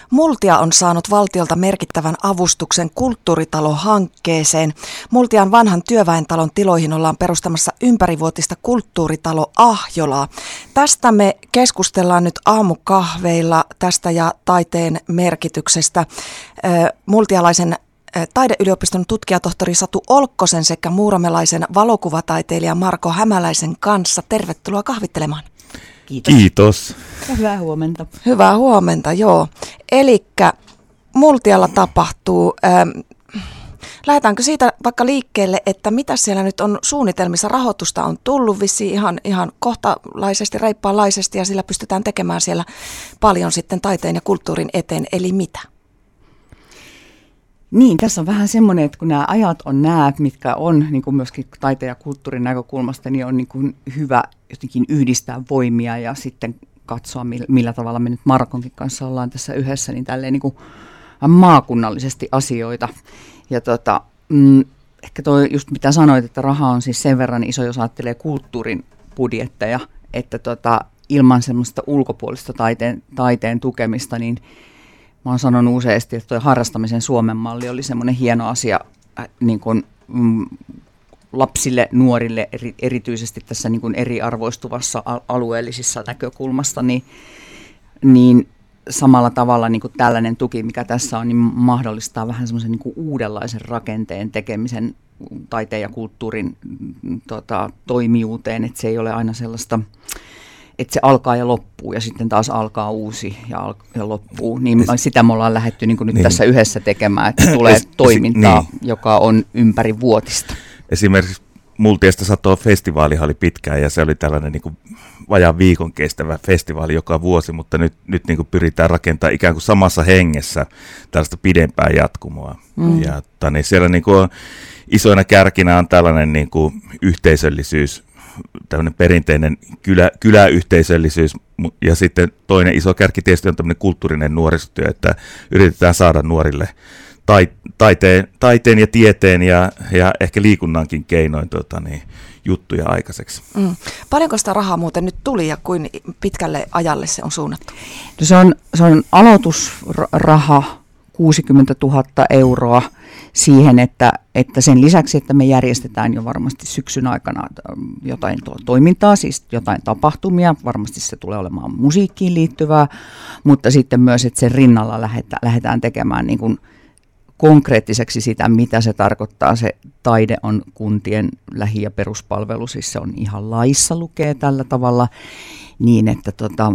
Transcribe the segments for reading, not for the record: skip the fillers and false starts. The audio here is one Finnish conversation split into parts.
Multia on saanut valtiolta merkittävän avustuksen kulttuuritalohankkeeseen. Multian vanhan työväentalon tiloihin ollaan perustamassa ympärivuotista kulttuuritalo Ahjolaa. Tästä me keskustellaan nyt aamukahveilla tästä ja taiteen merkityksestä. Multialaisen taideyliopiston tutkijatohtori Satu Olkkosen sekä muuramelaisen valokuvataiteilija Marko Hämäläisen kanssa. Tervetuloa kahvittelemaan. Kiitos. Kiitos. Hyvää huomenta. Hyvää huomenta, joo. Elikkä Multialla tapahtuu. Lähdetäänkö siitä vaikka liikkeelle, että mitä siellä nyt on suunnitelmissa? Rahoitusta on tullut vissiin ihan kohtalaisesti, reippaanlaisesti ja sillä pystytään tekemään siellä paljon sitten taiteen ja kulttuurin eteen. Eli mitä? Niin, tässä on vähän semmoinen, että kun nämä ajat on nämä, mitkä on niin kuin myöskin taiteen ja kulttuurin näkökulmasta, niin on niin kuin hyvä jotenkin yhdistää voimia ja sitten katsoa, millä tavalla me nyt Markonkin kanssa ollaan tässä yhdessä, niin tälleen niin kuin maakunnallisesti asioita. Ja ehkä toi just mitä sanoit, että raha on siis sen verran iso, jos ajattelee kulttuurin budjetteja, että ilman semmoista ulkopuolista taiteen tukemista, niin mä oon sanonut useasti, että tuo harrastamisen Suomen malli oli semmoinen hieno asia niin kuin, lapsille, nuorille, erityisesti tässä niin kuin eriarvoistuvassa alueellisissa näkökulmasta, niin samalla tavalla niin kuin tällainen tuki, mikä tässä on, niin mahdollistaa vähän semmoisen niin kuin uudenlaisen rakenteen tekemisen taiteen ja kulttuurin toimijuuteen, että se ei ole aina sellaista, että se alkaa ja loppuu ja sitten taas alkaa uusi ja loppuu. Niin sitä me ollaan lähdetty niin kuin nyt tässä yhdessä tekemään, että tulee toimintaa, joka on ympärivuotista. Esimerkiksi Multiasta Satoa festivaalihan oli pitkään ja se oli tällainen niin kuin vajaan viikon kestävä festivaali joka vuosi, mutta nyt niin kuin pyritään rakentamaan ikään kuin samassa hengessä tällaista pidempää jatkumoa. Ja niin siellä niin kuin isoina kärkinä on tällainen niin kuin yhteisöllisyys, tämmöinen perinteinen kyläyhteisöllisyys, ja sitten toinen iso kärki tietysti on tämmöinen kulttuurinen nuorisotyö, että yritetään saada nuorille taiteen ja tieteen ja ehkä liikunnankin keinoin juttuja aikaiseksi. Paljonko sitä rahaa muuten nyt tuli ja kuin pitkälle ajalle se on suunnattu? No se on aloitusraha 60 000 euroa siihen, että sen lisäksi, että me järjestetään jo varmasti syksyn aikana jotain toimintaa, siis jotain tapahtumia, varmasti se tulee olemaan musiikkiin liittyvää, mutta sitten myös, että sen rinnalla lähdetään tekemään niin kuin konkreettiseksi sitä, mitä se tarkoittaa. Se taide on kuntien lähi- ja peruspalvelu, siis se on ihan laissa lukee tällä tavalla, niin että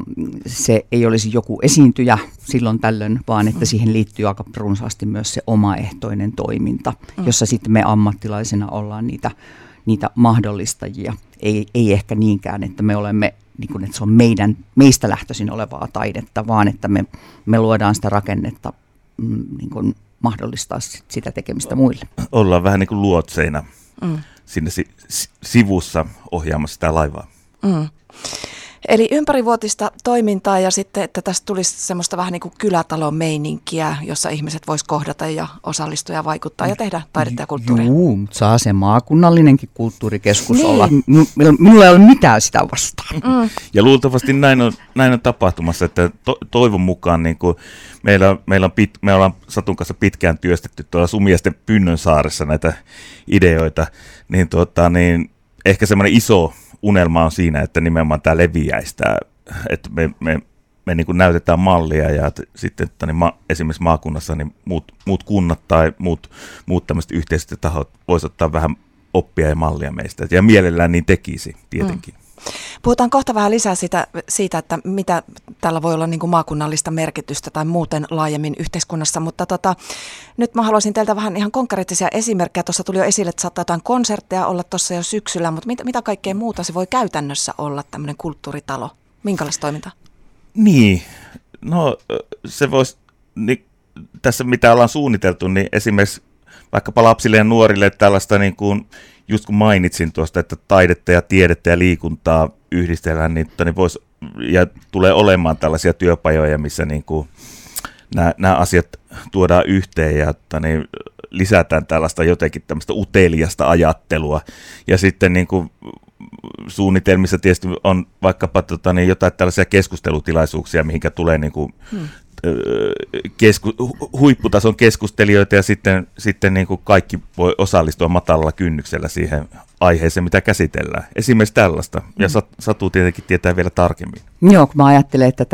se ei olisi joku esiintyjä silloin tällöin, vaan että siihen liittyy aika runsaasti myös se omaehtoinen toiminta, jossa sitten me ammattilaisina ollaan niitä mahdollistajia. Ei ehkä niinkään, että me olemme, niin kuin, että se on meistä lähtöisin olevaa taidetta, vaan että me luodaan sitä rakennetta niin kuin mahdollistaa sitä tekemistä muille. Ollaan vähän niin kuin luotseina sinne sivussa ohjaamassa sitä laivaa. Eli ympärivuotista toimintaa ja sitten, että tästä tulisi semmoista vähän niin kuin kylätalon meininkiä, jossa ihmiset vois kohdata ja osallistua ja vaikuttaa ja tehdä taidetta ja kulttuuria. Joo, saa se maakunnallinenkin kulttuurikeskus olla. Minulla ei ole mitään sitä vastaan. Ja luultavasti näin on tapahtumassa, että toivon mukaan niin kuin me ollaan Satun kanssa pitkään työstetty tuolla Sumiesten Pynnönsaaressa näitä ideoita, niin ehkä semmoinen iso unelma on siinä, että nimenomaan tämä leviäisi, että me niin kuin näytetään mallia ja sitten esimerkiksi maakunnassa niin muut kunnat tai muut tämmöiset yhteiset tahot voisivat ottaa vähän oppia ja mallia meistä. Ja mielellään niin tekisi tietenkin. Puhutaan kohta vähän lisää siitä, että mitä tällä voi olla niin kuin maakunnallista merkitystä tai muuten laajemmin yhteiskunnassa, mutta nyt mä haluaisin teiltä vähän ihan konkreettisia esimerkkejä. Tuossa tuli jo esille, että saattaa jotain konsertteja olla tuossa jo syksyllä, mutta mitä kaikkea muuta se voi käytännössä olla tämmöinen kulttuuritalo? Minkälaista toimintaa? Niin, no se voisi, niin, tässä mitä ollaan suunniteltu, niin esimerkiksi vaikkapa lapsille ja nuorille tällaista niin kuin just kun mainitsin tuosta, että taidetta ja tiedettä ja liikuntaa yhdistellään, niin voisi ja tulee olemaan tällaisia työpajoja, missä niin kuin nämä asiat tuodaan yhteen ja niin lisätään tällaista jotenkin tämmöistä uteliasta ajattelua. Ja sitten niin kuin suunnitelmissa tietysti on vaikkapa jotain tällaisia keskustelutilaisuuksia, mihinkä tulee niin kuin huipputason keskustelijoita ja sitten niin kuin kaikki voi osallistua matalalla kynnyksellä siihen aiheeseen, mitä käsitellään. Esimerkiksi tällaista. Ja Satu tietenkin tietää vielä tarkemmin. Joo, kun mä ajattelen, että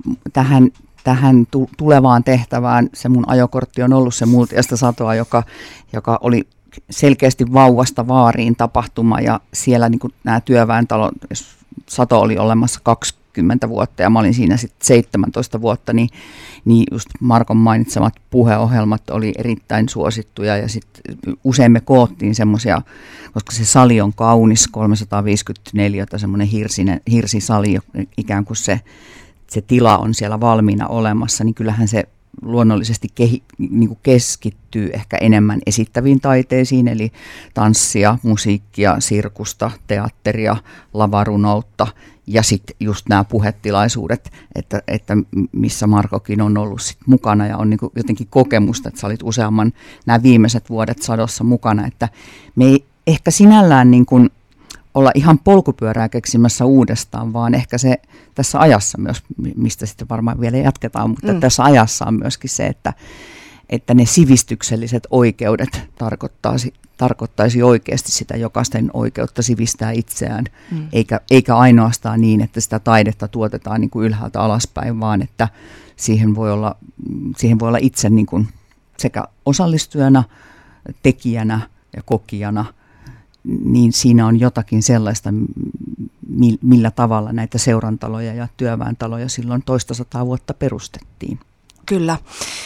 tähän tulevaan tehtävään se mun ajokortti on ollut se Multiasta Satoa, joka oli selkeästi vauvasta vaariin tapahtuma, ja siellä niin kuin nämä työväentalo, Sato oli olemassa 20 vuotta ja mä olin siinä sitten 17 vuotta, niin just Markon mainitsemat puheohjelmat oli erittäin suosittuja, ja sitten usein me koottiin semmoisia, koska se sali on kaunis, 354, semmoinen hirsisali, ikään kuin se tila on siellä valmiina olemassa, niin kyllähän se luonnollisesti niin kuin keskittyy ehkä enemmän esittäviin taiteisiin, eli tanssia, musiikkia, sirkusta, teatteria, lavarunoutta ja sitten just nämä puhetilaisuudet, että missä Markokin on ollut sit mukana ja on niin kuin jotenkin kokemusta, että sä olit useamman nämä viimeiset vuodet Sadossa mukana, että me ei ehkä sinällään niin kuin olla ihan polkupyörää keksimässä uudestaan, vaan ehkä se tässä ajassa myös, mistä sitten varmaan vielä jatketaan, mutta tässä ajassa on myöskin se, että ne sivistykselliset oikeudet tarkoittaisi oikeasti sitä jokaisen oikeutta sivistää itseään, eikä ainoastaan niin, että sitä taidetta tuotetaan niin kuin ylhäältä alaspäin, vaan että siihen voi olla itse niin kuin sekä osallistujana, tekijänä ja kokijana, niin siinä on jotakin sellaista, millä tavalla näitä seurantaloja ja työväentaloja silloin 200 vuotta perustettiin. Kyllä.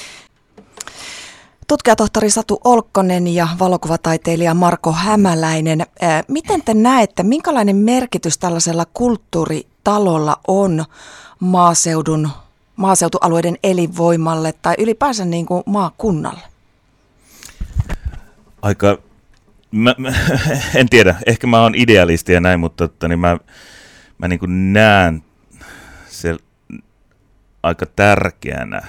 Tutkijatohtori Satu Olkkonen ja valokuvataiteilija Marko Hämäläinen, miten te näette, minkälainen merkitys tällaisella kulttuuritalolla on maaseutualueiden elinvoimalle tai ylipäänsä niin kuin maakunnalle? En tiedä, ehkä mä oon idealisti ja näin, mutta niin mä niin kuin näen se aika tärkeänä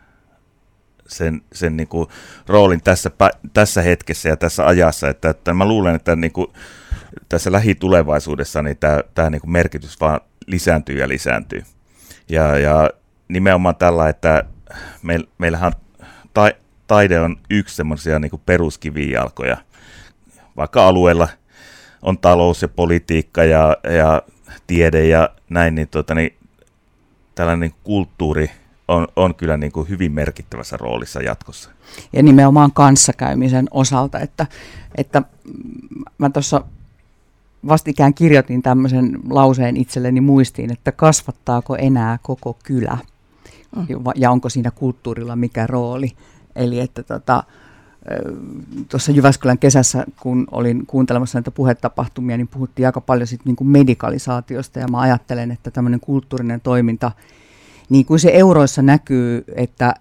sen niin kuin roolin tässä hetkessä ja tässä ajassa, että mä luulen, että niin kuin tässä lähitulevaisuudessa niin tämä niin kuin merkitys vaan lisääntyy ja lisääntyy. Ja nimenomaan tällä, että meillähän taide on yksi semmoisia niin kuin peruskivijalkoja. Vaikka alueella on talous ja politiikka ja tiede ja näin, niin, niin tällainen kulttuuri on kyllä niin kuin hyvin merkittävässä roolissa jatkossa. Ja nimenomaan kanssakäymisen osalta, että mä tuossa vastikään kirjoitin tämmöisen lauseen itselleni muistiin, että kasvattaako enää koko kylä ja onko siinä kulttuurilla mikä rooli. Eli että tuossa Jyväskylän kesässä, kun olin kuuntelemassa näitä puhetapahtumia, niin puhuttiin aika paljon sit niin kuin medikalisaatiosta, ja mä ajattelen, että tämmöinen kulttuurinen toiminta, niin kuin se euroissa näkyy, että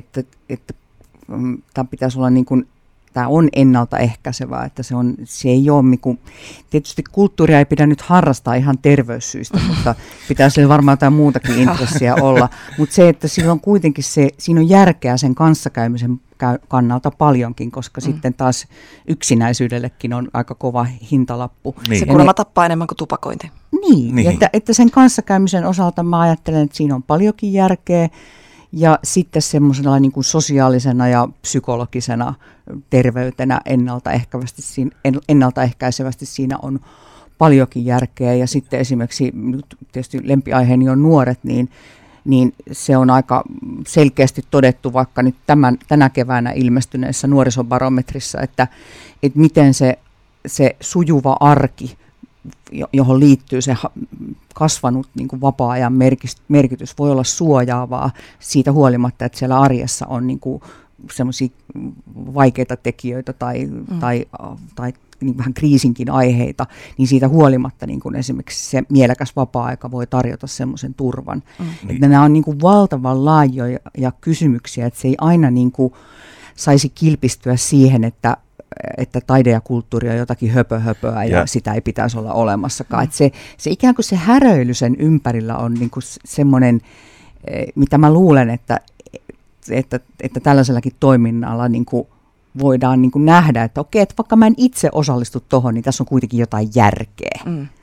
tämä pitäisi olla niin kuin, tämä on ennaltaehkäisevää, että se ei ole niin kuin, tietysti kulttuuria ei pidä nyt harrastaa ihan terveyssyistä, mutta pitäisi varmaan jotain muutakin intressiä olla, mutta se, että silloin kuitenkin siinä on järkeä sen kanssakäymisen kannalta paljonkin, koska sitten taas yksinäisyydellekin on aika kova hintalappu. Niin. Se kuulemma tappaa enemmän kuin tupakointi. Niin. Että sen kanssakäymisen osalta mä ajattelen, että siinä on paljonkin järkeä, ja sitten semmoisena niin kuin sosiaalisena ja psykologisena terveytenä ennaltaehkäisevästi siinä on paljonkin järkeä, ja sitten esimerkiksi tietysti lempiaiheeni on nuoret, niin se on aika selkeästi todettu vaikka nyt tänä keväänä ilmestyneessä nuorisobarometrissa, että miten se sujuva arki, johon liittyy se kasvanut niin kuin vapaa-ajan merkitys, voi olla suojaavaa siitä huolimatta, että siellä arjessa on niin kuin semmoisia vaikeita tekijöitä tai niin vähän kriisinkin aiheita, niin siitä huolimatta niin kuin esimerkiksi se mielekäs vapaa-aika voi tarjota semmoisen turvan. Että nämä on niin kuin valtavan laajoja kysymyksiä, että se ei aina niin kuin saisi kilpistyä siihen, että taide ja kulttuuri on jotakin höpöhöpöä ja sitä ei pitäisi olla olemassakaan. Että se ikään kuin se häröily sen ympärillä on niin kuin semmoinen, mitä mä luulen, että tällaisellakin toiminnalla niin kuin voidaan niin kuin nähdä, että okei, että vaikka mä en itse osallistu tuohon, niin tässä on kuitenkin jotain järkeä.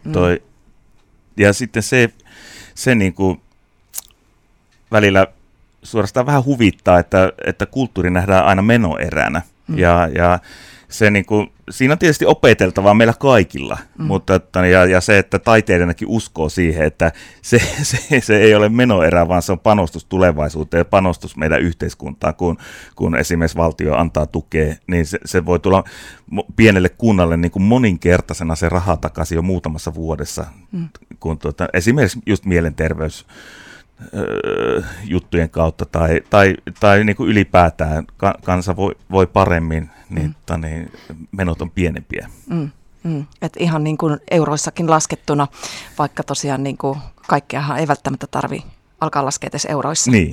Ja sitten se niin kuin välillä suorastaan vähän huvittaa, että kulttuuri nähdään aina menoeränä. Ja se niin kuin, siinä on tietysti opeteltavaa meillä kaikilla, mutta ja se, että taiteilijankin uskoo siihen, että se ei ole menoerä, vaan se on panostus tulevaisuuteen ja panostus meidän yhteiskuntaan, kun esimerkiksi valtio antaa tukea, niin se voi tulla pienelle kunnalle niin kuin moninkertaisena se raha takaisin jo muutamassa vuodessa, kun esimerkiksi just mielenterveys juttujen kautta tai niin kuin ylipäätään kansa voi paremmin, niin menot on pienempiä. Et ihan niin kuin euroissakin laskettuna, vaikka tosiaan niin kuin kaikkeahan ei välttämättä tarvitse alkaa laskea edes euroissa. Niin.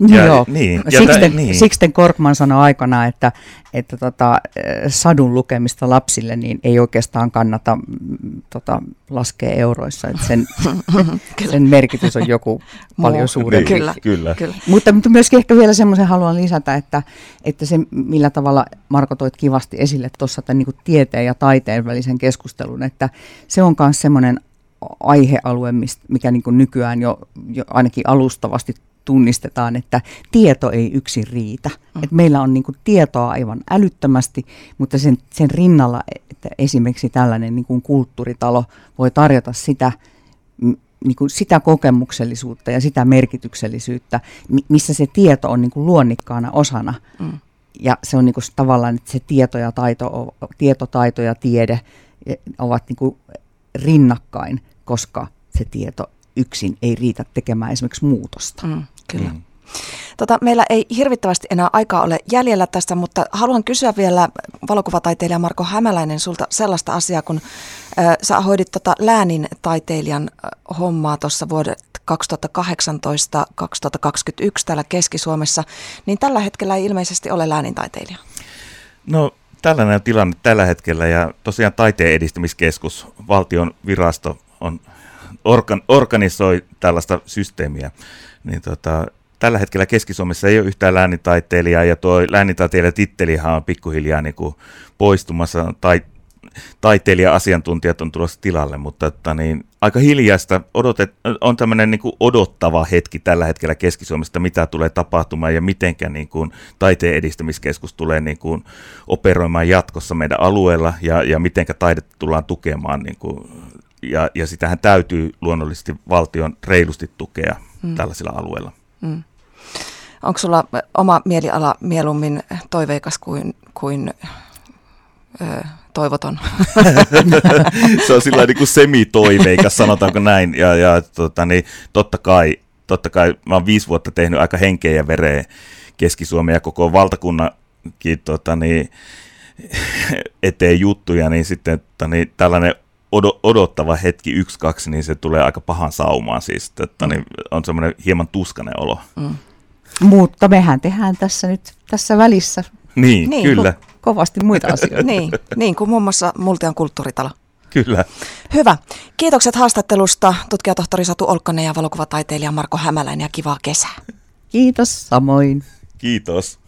Sixten Korkman sanoi aikana, että sadun lukemista lapsille niin ei oikeastaan kannata laskea euroissa. Että sen merkitys on joku paljon suurempi. Kyllä. Mutta myöskin ehkä vielä semmoisen haluan lisätä, että se millä tavalla Marko toit kivasti esille tuossa tämän niin kuin tieteen ja taiteen välisen keskustelun, että se on myös semmoinen aihealue, mikä niin kuin nykyään jo ainakin alustavasti tunnistetaan, että tieto ei yksin riitä. Että meillä on niin kuin tietoa aivan älyttömästi, mutta sen rinnalla, että esimerkiksi tällainen niin kuin kulttuuritalo voi tarjota niin kuin sitä kokemuksellisuutta ja sitä merkityksellisyyttä, missä se tieto on niin kuin luonnikkaana osana. Ja se on niin kuin tavallaan, että se tietotaito ja tiede ovat niin kuin rinnakkain, koska se tieto yksin ei riitä tekemään esimerkiksi muutosta. Kyllä. Meillä ei hirvittävästi enää aikaa ole jäljellä tästä, mutta haluan kysyä vielä valokuvataiteilija Marko Hämäläinen sulta sellaista asiaa, kun sä hoidit läänintaiteilijan hommaa tuossa vuodet 2018-2021 täällä Keski-Suomessa, niin tällä hetkellä ei ilmeisesti ole läänintaiteilija. No tällainen on tilanne tällä hetkellä ja tosiaan Taiteen edistämiskeskus, valtion virasto organisoi tällaista systeemiä. Niin tällä hetkellä Keski-Suomessa ei ole yhtään läänintaiteilijaa ja tuo läänintaiteilijatittelihan on pikkuhiljaa niin kuin poistumassa taiteilija-asiantuntijat on tulossa tilalle, mutta aika hiljaista on tämmöinen niin kuin odottava hetki tällä hetkellä Keski-Suomesta, mitä tulee tapahtumaan ja mitenkä niin kuin Taiteen edistämiskeskus tulee niin kuin operoimaan jatkossa meidän alueella ja mitenkä taidetta tullaan tukemaan. Niin kuin, ja sitähän täytyy luonnollisesti valtion reilusti tukea tällaisilla alueilla. Onko sulla oma mieliala mieluummin toiveikas kuin toivoton? Se on sillä niin kuin semitoiveikas, sanotaanko näin. Ja totta kai mä oon 5 vuotta tehnyt aika henkeä ja vereä Keski-Suomen ja koko valtakunnankin eteen juttuja, niin sitten tällainen odottava hetki 1-2, niin se tulee aika pahan saumaan siis, on semmoinen hieman tuskainen olo. Mutta mehän tehdään tässä välissä. Niin kyllä. Kovasti muita asioita. niin kuin muun muassa Multian kulttuuritalo. Kyllä. Hyvä. Kiitokset haastattelusta tutkijatohtori Satu Olkkonen ja valokuvataiteilija Marko Hämäläinen ja kivaa kesää. Kiitos samoin. Kiitos.